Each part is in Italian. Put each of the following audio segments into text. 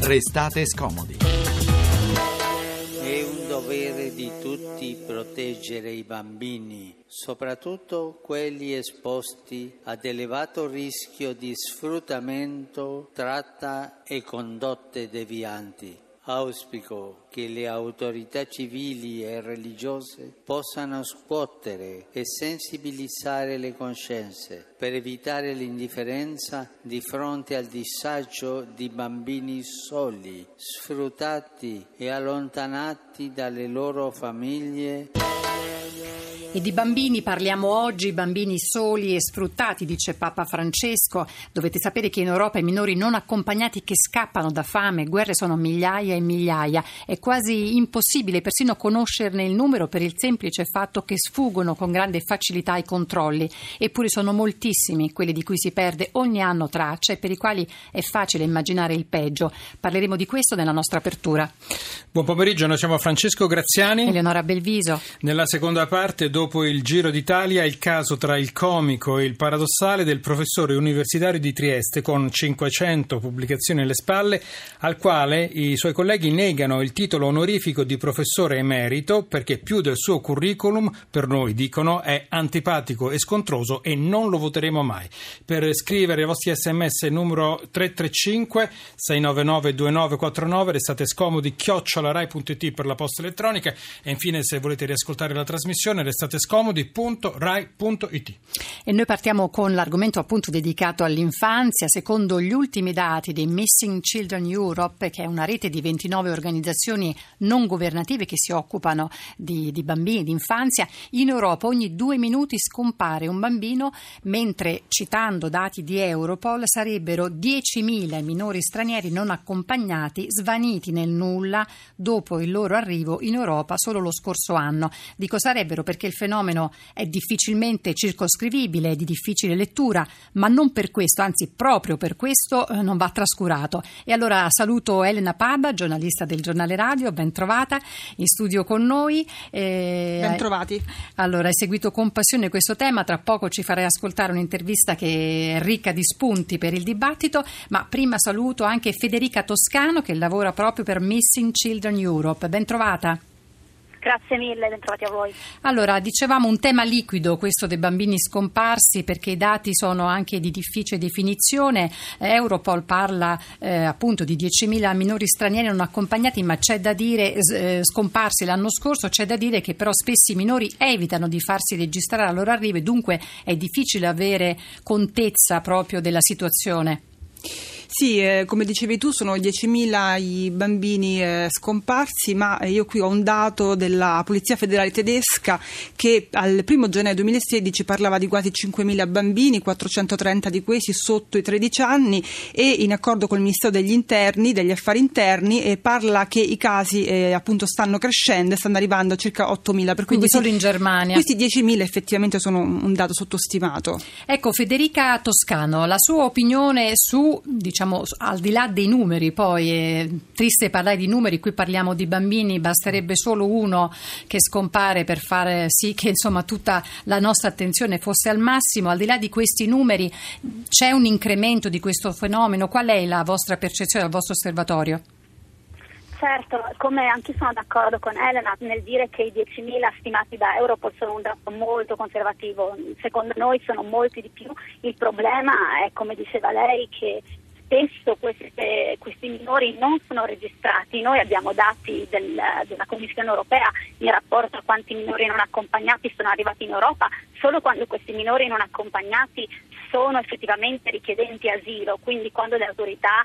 Restate scomodi. È un dovere di tutti proteggere i bambini, soprattutto quelli esposti ad elevato rischio di sfruttamento, tratta e condotte devianti. Auspico che le autorità civili e religiose possano scuotere e sensibilizzare le coscienze per evitare l'indifferenza di fronte al disagio di bambini soli, sfruttati e allontanati dalle loro famiglie. E di bambini parliamo oggi, bambini soli e sfruttati, dice Papa Francesco. Dovete sapere che in Europa i minori non accompagnati che scappano da fame e guerre sono migliaia e migliaia. È quasi impossibile persino conoscerne il numero per il semplice fatto che sfuggono con grande facilità ai controlli. Eppure sono moltissimi quelli di cui si perde ogni anno traccia e per i quali è facile immaginare il peggio. Parleremo di questo nella nostra apertura. Buon pomeriggio, noi siamo Francesco Graziani. Eleonora Belviso. Nella seconda parte, dopo il Giro d'Italia, il caso tra il comico e il paradossale del professore universitario di Trieste con 500 pubblicazioni alle spalle, al quale i suoi colleghi negano il titolo onorifico di professore emerito perché più del suo curriculum, per noi dicono, è antipatico e scontroso e non lo voteremo mai. Per scrivere i vostri sms numero 335 699 2949, restate scomodi @rai.it per la posta elettronica e infine se volete riascoltare la trasmissione restate scomodi.rai.it. E noi partiamo con l'argomento appunto dedicato all'infanzia. Secondo gli ultimi dati di Missing Children Europe, che è una rete di 29 organizzazioni non governative che si occupano di bambini, di infanzia, in Europa ogni 2 minuti scompare un bambino, mentre, citando dati di Europol, sarebbero 10.000 minori stranieri non accompagnati svaniti nel nulla dopo il loro arrivo in Europa solo lo scorso anno. Dico sarebbero perché il fenomeno è difficilmente circoscrivibile, è di difficile lettura, ma non per questo, anzi proprio per questo non va trascurato. E allora saluto Elena Pada, giornalista del Giornale Radio, ben trovata in studio con noi. Ben trovati. Allora, hai seguito con passione questo tema, tra poco ci farai ascoltare un'intervista che è ricca di spunti per il dibattito, ma prima saluto anche Federica Toscano che lavora proprio per Missing Children Europe. Ben trovata. Grazie mille, bentrovati a voi. Allora, dicevamo un tema liquido questo dei bambini scomparsi perché i dati sono anche di difficile definizione. Europol parla appunto di 10.000 minori stranieri non accompagnati, ma c'è da dire scomparsi l'anno scorso, c'è da dire che però spesso i minori evitano di farsi registrare al loro arrivo e dunque è difficile avere contezza proprio della situazione. Sì, come dicevi tu sono 10.000 i bambini scomparsi, ma io qui ho un dato della Polizia Federale Tedesca che al 1 gennaio 2016 parlava di quasi 5.000 bambini, 430 di questi sotto i 13 anni e in accordo col Ministero degli Interni, degli Affari Interni, parla che i casi appunto stanno crescendo e stanno arrivando a circa 8.000. Per quindi solo in Germania. Questi 10.000 effettivamente sono un dato sottostimato. Ecco, Federica Toscano, la sua opinione su, diciamo, al di là dei numeri, poi è triste parlare di numeri, qui parliamo di bambini, basterebbe solo uno che scompare per fare sì che insomma tutta la nostra attenzione fosse al massimo. Al di là di questi numeri c'è un incremento di questo fenomeno? Qual è la vostra percezione, il vostro osservatorio? Certo, come anche sono d'accordo con Elena nel dire che i 10.000 stimati da Europol sono un dato molto conservativo, secondo noi sono molti di più. Il problema è, come diceva lei, che spesso questi minori non sono registrati. Noi abbiamo dati della Commissione europea in rapporto a quanti minori non accompagnati sono arrivati in Europa solo quando questi minori non accompagnati sono effettivamente richiedenti asilo, quindi quando le autorità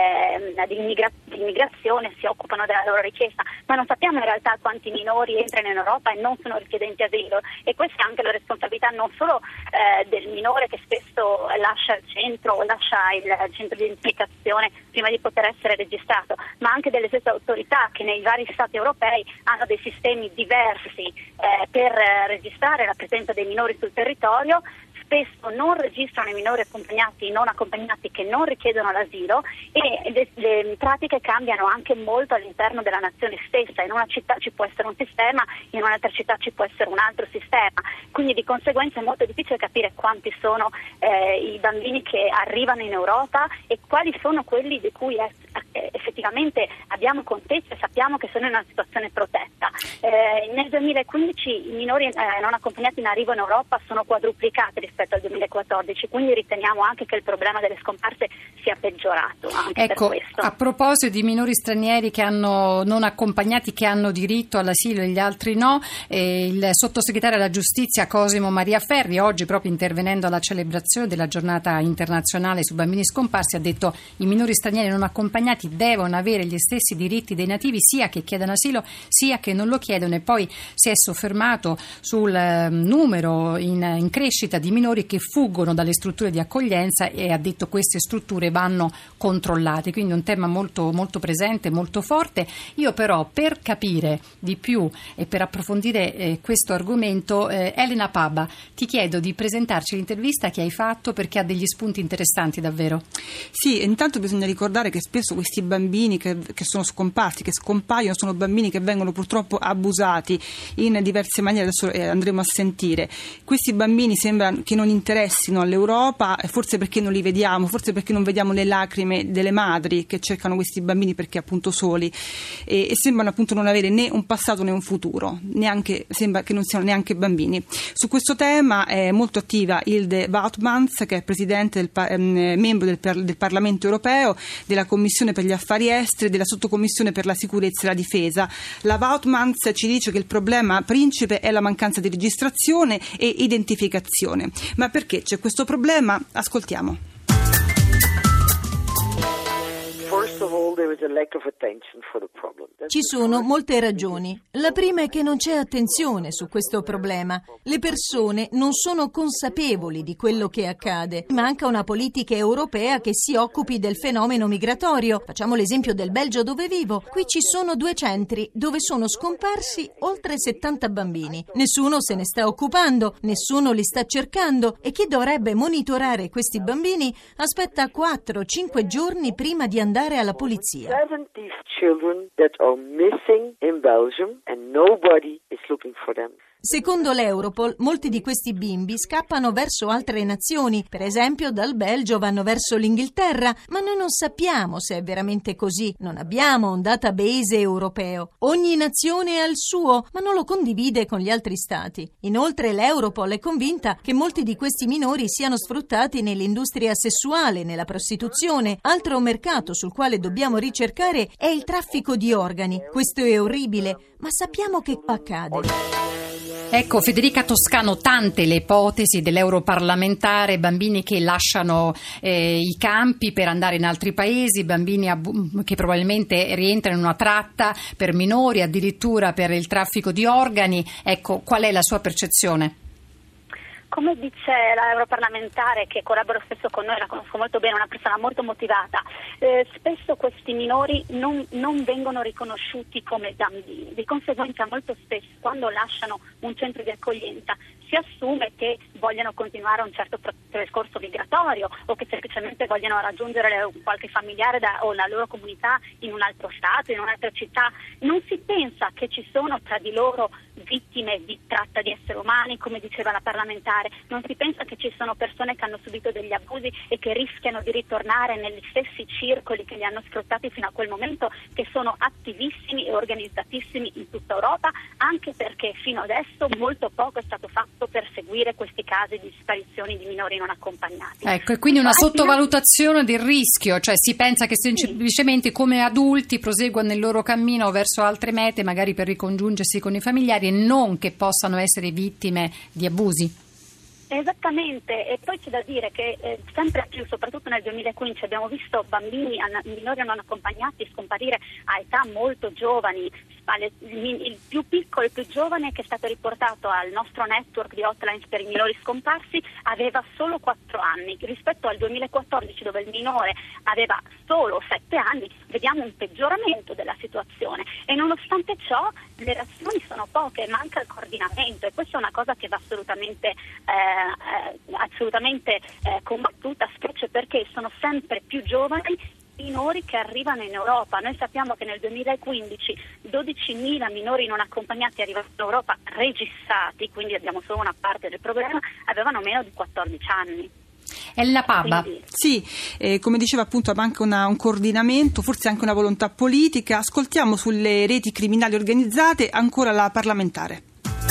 di immigrazione si occupano della loro richiesta, ma non sappiamo in realtà quanti minori entrano in Europa e non sono richiedenti asilo, e questa è anche la responsabilità non solo del minore che spesso lascia il centro o lascia il centro di identificazione prima di poter essere registrato, ma anche delle stesse autorità che nei vari stati europei hanno dei sistemi diversi per registrare la presenza dei minori sul territorio. Spesso non registrano i minori accompagnati e non accompagnati che non richiedono l'asilo, e le pratiche cambiano anche molto all'interno della nazione stessa. In una città ci può essere un sistema, in un'altra città ci può essere un altro sistema, quindi di conseguenza è molto difficile capire quanti sono i bambini che arrivano in Europa e quali sono quelli di cui è effettivamente abbiamo contezza e sappiamo che sono in una situazione protetta. Nel 2015 i minori non accompagnati in arrivo in Europa sono quadruplicati rispetto al 2014, quindi riteniamo anche che il problema delle scomparse sia peggiorato anche per questo. A proposito di minori stranieri non accompagnati che hanno diritto all'asilo e gli altri no, il sottosegretario alla giustizia Cosimo Maria Ferri, oggi proprio intervenendo alla celebrazione della giornata internazionale sui bambini scomparsi, ha detto: i minori stranieri non accompagnati devono avere gli stessi diritti dei nativi, sia che chiedano asilo sia che non lo chiedono, e poi si è soffermato sul numero in crescita di minori che fuggono dalle strutture di accoglienza e ha detto queste strutture vanno controllate, quindi un tema molto, molto presente, molto forte. Io però, per capire di più e per approfondire questo argomento, Elena Paba, ti chiedo di presentarci l'intervista che hai fatto, perché ha degli spunti interessanti davvero. Sì, intanto bisogna ricordare che spesso questi bambini che sono scomparsi, che scompaiono, sono bambini che vengono purtroppo abusati in diverse maniere, adesso andremo a sentire. Questi bambini sembra che non interessino all'Europa, forse perché non li vediamo, forse perché non vediamo le lacrime delle madri che cercano questi bambini perché appunto soli, e sembrano appunto non avere né un passato né un futuro, sembra che non siano neanche bambini. Su questo tema è molto attiva Hilde Wautmans, che è presidente membro del Parlamento europeo, della Commissione per gli affari esteri, della sottocommissione per la sicurezza e la difesa. La Wautmans ci dice che il problema principe è la mancanza di registrazione e identificazione. Ma perché c'è questo problema? Ascoltiamo. Ci sono molte ragioni. La prima è che non c'è attenzione su questo problema. Le persone non sono consapevoli di quello che accade. Manca una politica europea che si occupi del fenomeno migratorio. Facciamo l'esempio del Belgio, dove vivo. Qui ci sono 2 centri dove sono scomparsi oltre 70 bambini. Nessuno se ne sta occupando, nessuno li sta cercando, e chi dovrebbe monitorare questi bambini aspetta 4-5 giorni prima di andare alla polizia. 70 children that are missing in Belgium and nobody is looking for them. Secondo l'Europol, molti di questi bimbi scappano verso altre nazioni, per esempio dal Belgio vanno verso l'Inghilterra, ma noi non sappiamo se è veramente così, non abbiamo un database europeo. Ogni nazione ha il suo, ma non lo condivide con gli altri stati. Inoltre l'Europol è convinta che molti di questi minori siano sfruttati nell'industria sessuale, nella prostituzione. Altro mercato sul quale dobbiamo ricercare è il traffico di organi. Questo è orribile, ma sappiamo che accade. Ecco, Federica Toscano, tante le ipotesi dell'europarlamentare, bambini che lasciano i campi per andare in altri paesi, bambini che probabilmente rientrano in una tratta per minori, addirittura per il traffico di organi. Ecco, qual è la sua percezione? Come dice la europarlamentare, che collabora spesso con noi, la conosco molto bene, una persona molto motivata, spesso questi minori non vengono riconosciuti come bambini. Di conseguenza molto spesso quando lasciano un centro di accoglienza si assume che vogliono continuare un certo percorso migratorio o che semplicemente vogliono raggiungere qualche familiare o la loro comunità in un altro stato, in un'altra città. Non si pensa che ci sono tra di loro vittime di tratta di esseri umani, come diceva la parlamentare. Non si pensa che ci sono persone che hanno subito degli abusi e che rischiano di ritornare negli stessi circoli che li hanno sfruttati fino a quel momento, che sono attivissimi e organizzatissimi in tutta Europa, anche perché fino adesso molto poco è stato fatto per seguire questi casi di sparizioni di minori non accompagnati. Ecco, e quindi una sottovalutazione del rischio, cioè si pensa che semplicemente come adulti proseguano il loro cammino verso altre mete, magari per ricongiungersi con i familiari, e non che possano essere vittime di abusi. Esattamente, e poi c'è da dire che sempre più, soprattutto nel 2015, abbiamo visto minori non accompagnati scomparire a età molto giovani. Il più piccolo, il più giovane che è stato riportato al nostro network di hotlines per i minori scomparsi aveva solo 4 anni. Rispetto al 2014, dove il minore aveva solo 7 anni, vediamo un peggioramento della situazione, e nonostante ciò le reazioni sono poche, manca il coordinamento, e questa è una cosa che va assolutamente combattuta, specie perché sono sempre più giovani minori che arrivano in Europa. Noi sappiamo che nel 2015 12.000 minori non accompagnati arrivano in Europa registrati, quindi abbiamo solo una parte del problema, avevano meno di 14 anni. Elena Paba. Sì, come diceva appunto manca un coordinamento, forse anche una volontà politica. Ascoltiamo sulle reti criminali organizzate ancora la parlamentare.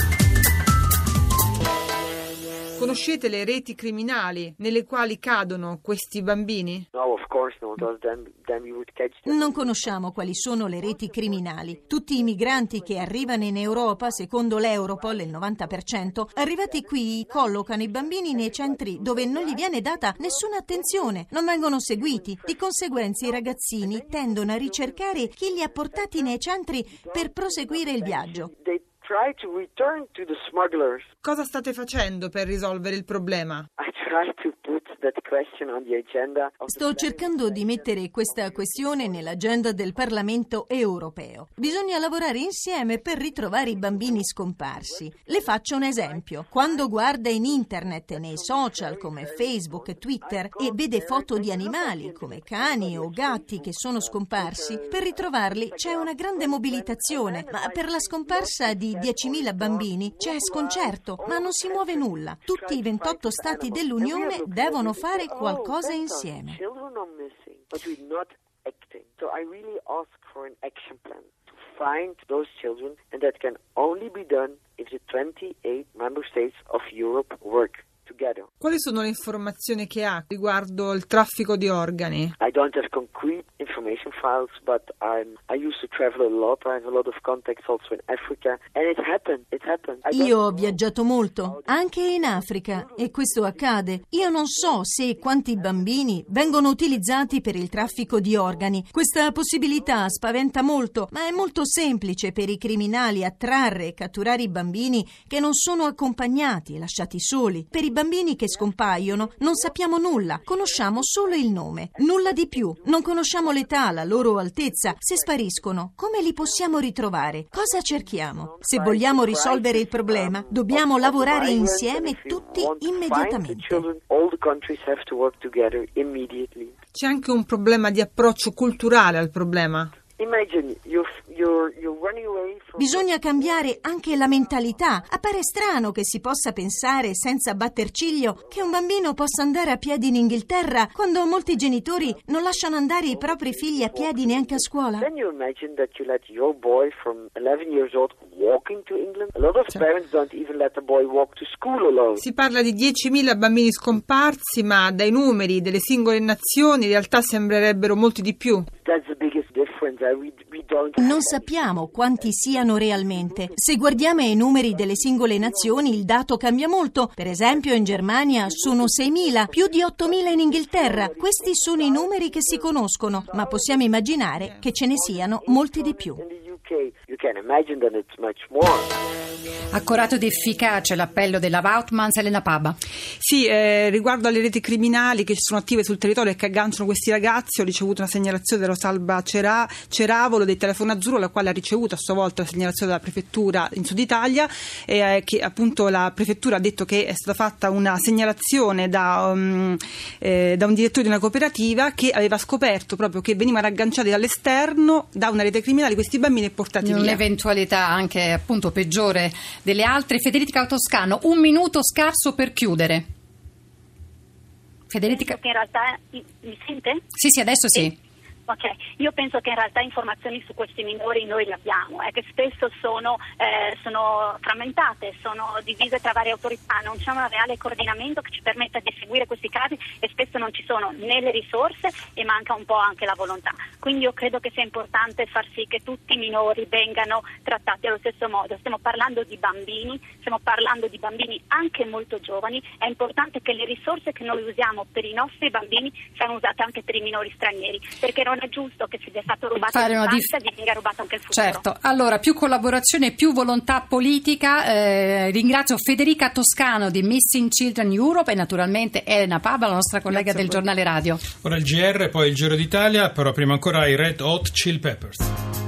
Conoscete le reti criminali nelle quali cadono questi bambini? No, of course not. Then we would catch them. Non conosciamo quali sono le reti criminali. Tutti i migranti che arrivano in Europa, secondo l'Europol, il 90%, arrivati qui collocano i bambini nei centri dove non gli viene data nessuna attenzione, non vengono seguiti. Di conseguenza i ragazzini tendono a ricercare chi li ha portati nei centri per proseguire il viaggio. They try to return to the smugglers. Cosa state facendo per risolvere il problema? I try to put that question on the agenda of the Sto cercando di mettere questa questione nell'agenda del Parlamento europeo. Bisogna lavorare insieme per ritrovare i bambini scomparsi. Le faccio un esempio. Quando guarda in internet e nei social come Facebook e Twitter e vede foto di animali come cani o gatti che sono scomparsi, per ritrovarli c'è una grande mobilitazione, ma per la scomparsa di 10.000 bambini c'è sconcerto, ma non si muove nulla. Tutti i 28 stati dell'Unione devono fare qualcosa insieme. Children are missing, but we're not acting. So I really ask for an action plan to find those children, and that can only be done if the 28 member states of Europe work together. Quali sono le informazioni che ha riguardo il traffico di organi? I don't have concrete information files, but I used to travel a lot. I have a lot of contacts also in Africa, and it happened. Io ho viaggiato molto, anche in Africa, e questo accade. Io non so se e quanti bambini vengono utilizzati per il traffico di organi. Questa possibilità spaventa molto, ma è molto semplice per i criminali attrarre e catturare i bambini che non sono accompagnati e lasciati soli. Per i bambini che scompaiono non sappiamo nulla, conosciamo solo il nome, nulla di più. Non conosciamo l'età, la loro altezza. Se spariscono, come li possiamo ritrovare? Cosa cerchiamo? Se vogliamo risolvere il problema, dobbiamo lavorare insieme tutti immediatamente. C'è anche un problema di approccio culturale al problema. Bisogna cambiare anche la mentalità. Appare strano che si possa pensare, senza batter ciglio, che un bambino possa andare a piedi in Inghilterra quando molti genitori non lasciano andare i propri figli a piedi neanche a scuola. Can you imagine that you let your boy from 11 years old walking to England? A lot of parents don't even let the boy walk to school alone. Si parla di 10.000 bambini scomparsi, ma dai numeri delle singole nazioni in realtà sembrerebbero molti di più. That's the biggest difference. Non sappiamo quanti siano realmente. Se guardiamo i numeri delle singole nazioni, il dato cambia molto. Per esempio, in Germania sono 6.000, più di 8.000 in Inghilterra. Questi sono i numeri che si conoscono, ma possiamo immaginare che ce ne siano molti di più. Accorato ed efficace l'appello della Vautmans. Elena Paba. Sì, riguardo alle reti criminali che sono attive sul territorio e che agganciano questi ragazzi, ho ricevuto una segnalazione dello Salva Ceravolo del Telefono Azzurro, la quale ha ricevuto a sua volta la segnalazione della prefettura in Sud Italia, che appunto la prefettura ha detto che è stata fatta una segnalazione da un direttore di una cooperativa che aveva scoperto proprio che venivano agganciati dall'esterno da una rete criminale questi bambini e portati via. Un'eventualità anche appunto peggiore delle altre. Federica Toscano, un minuto scarso per chiudere. Federica, che in realtà mi sente? Sì, adesso sì. Ok, io penso che in realtà informazioni su questi minori noi le abbiamo, che spesso sono frammentate, sono divise tra varie autorità, non c'è un reale coordinamento che ci permetta di seguire questi casi e spesso non ci sono né le risorse e manca un po' anche la volontà. Quindi io credo che sia importante far sì che tutti i minori vengano trattati allo stesso modo. Stiamo parlando di bambini, anche molto giovani, è importante che le risorse che noi usiamo per i nostri bambini siano usate anche per i minori stranieri, perché non è giusto che si sia stato rubato l'infanzia e gli venga rubato anche il futuro. Certo, allora più collaborazione, più volontà politica. Ringrazio Federica Toscano di Missing Children Europe e naturalmente Elena Paba, la nostra collega del Giornale Radio. Ora il GR, poi il Giro d'Italia, però prima ancora i Red Hot Chili Peppers.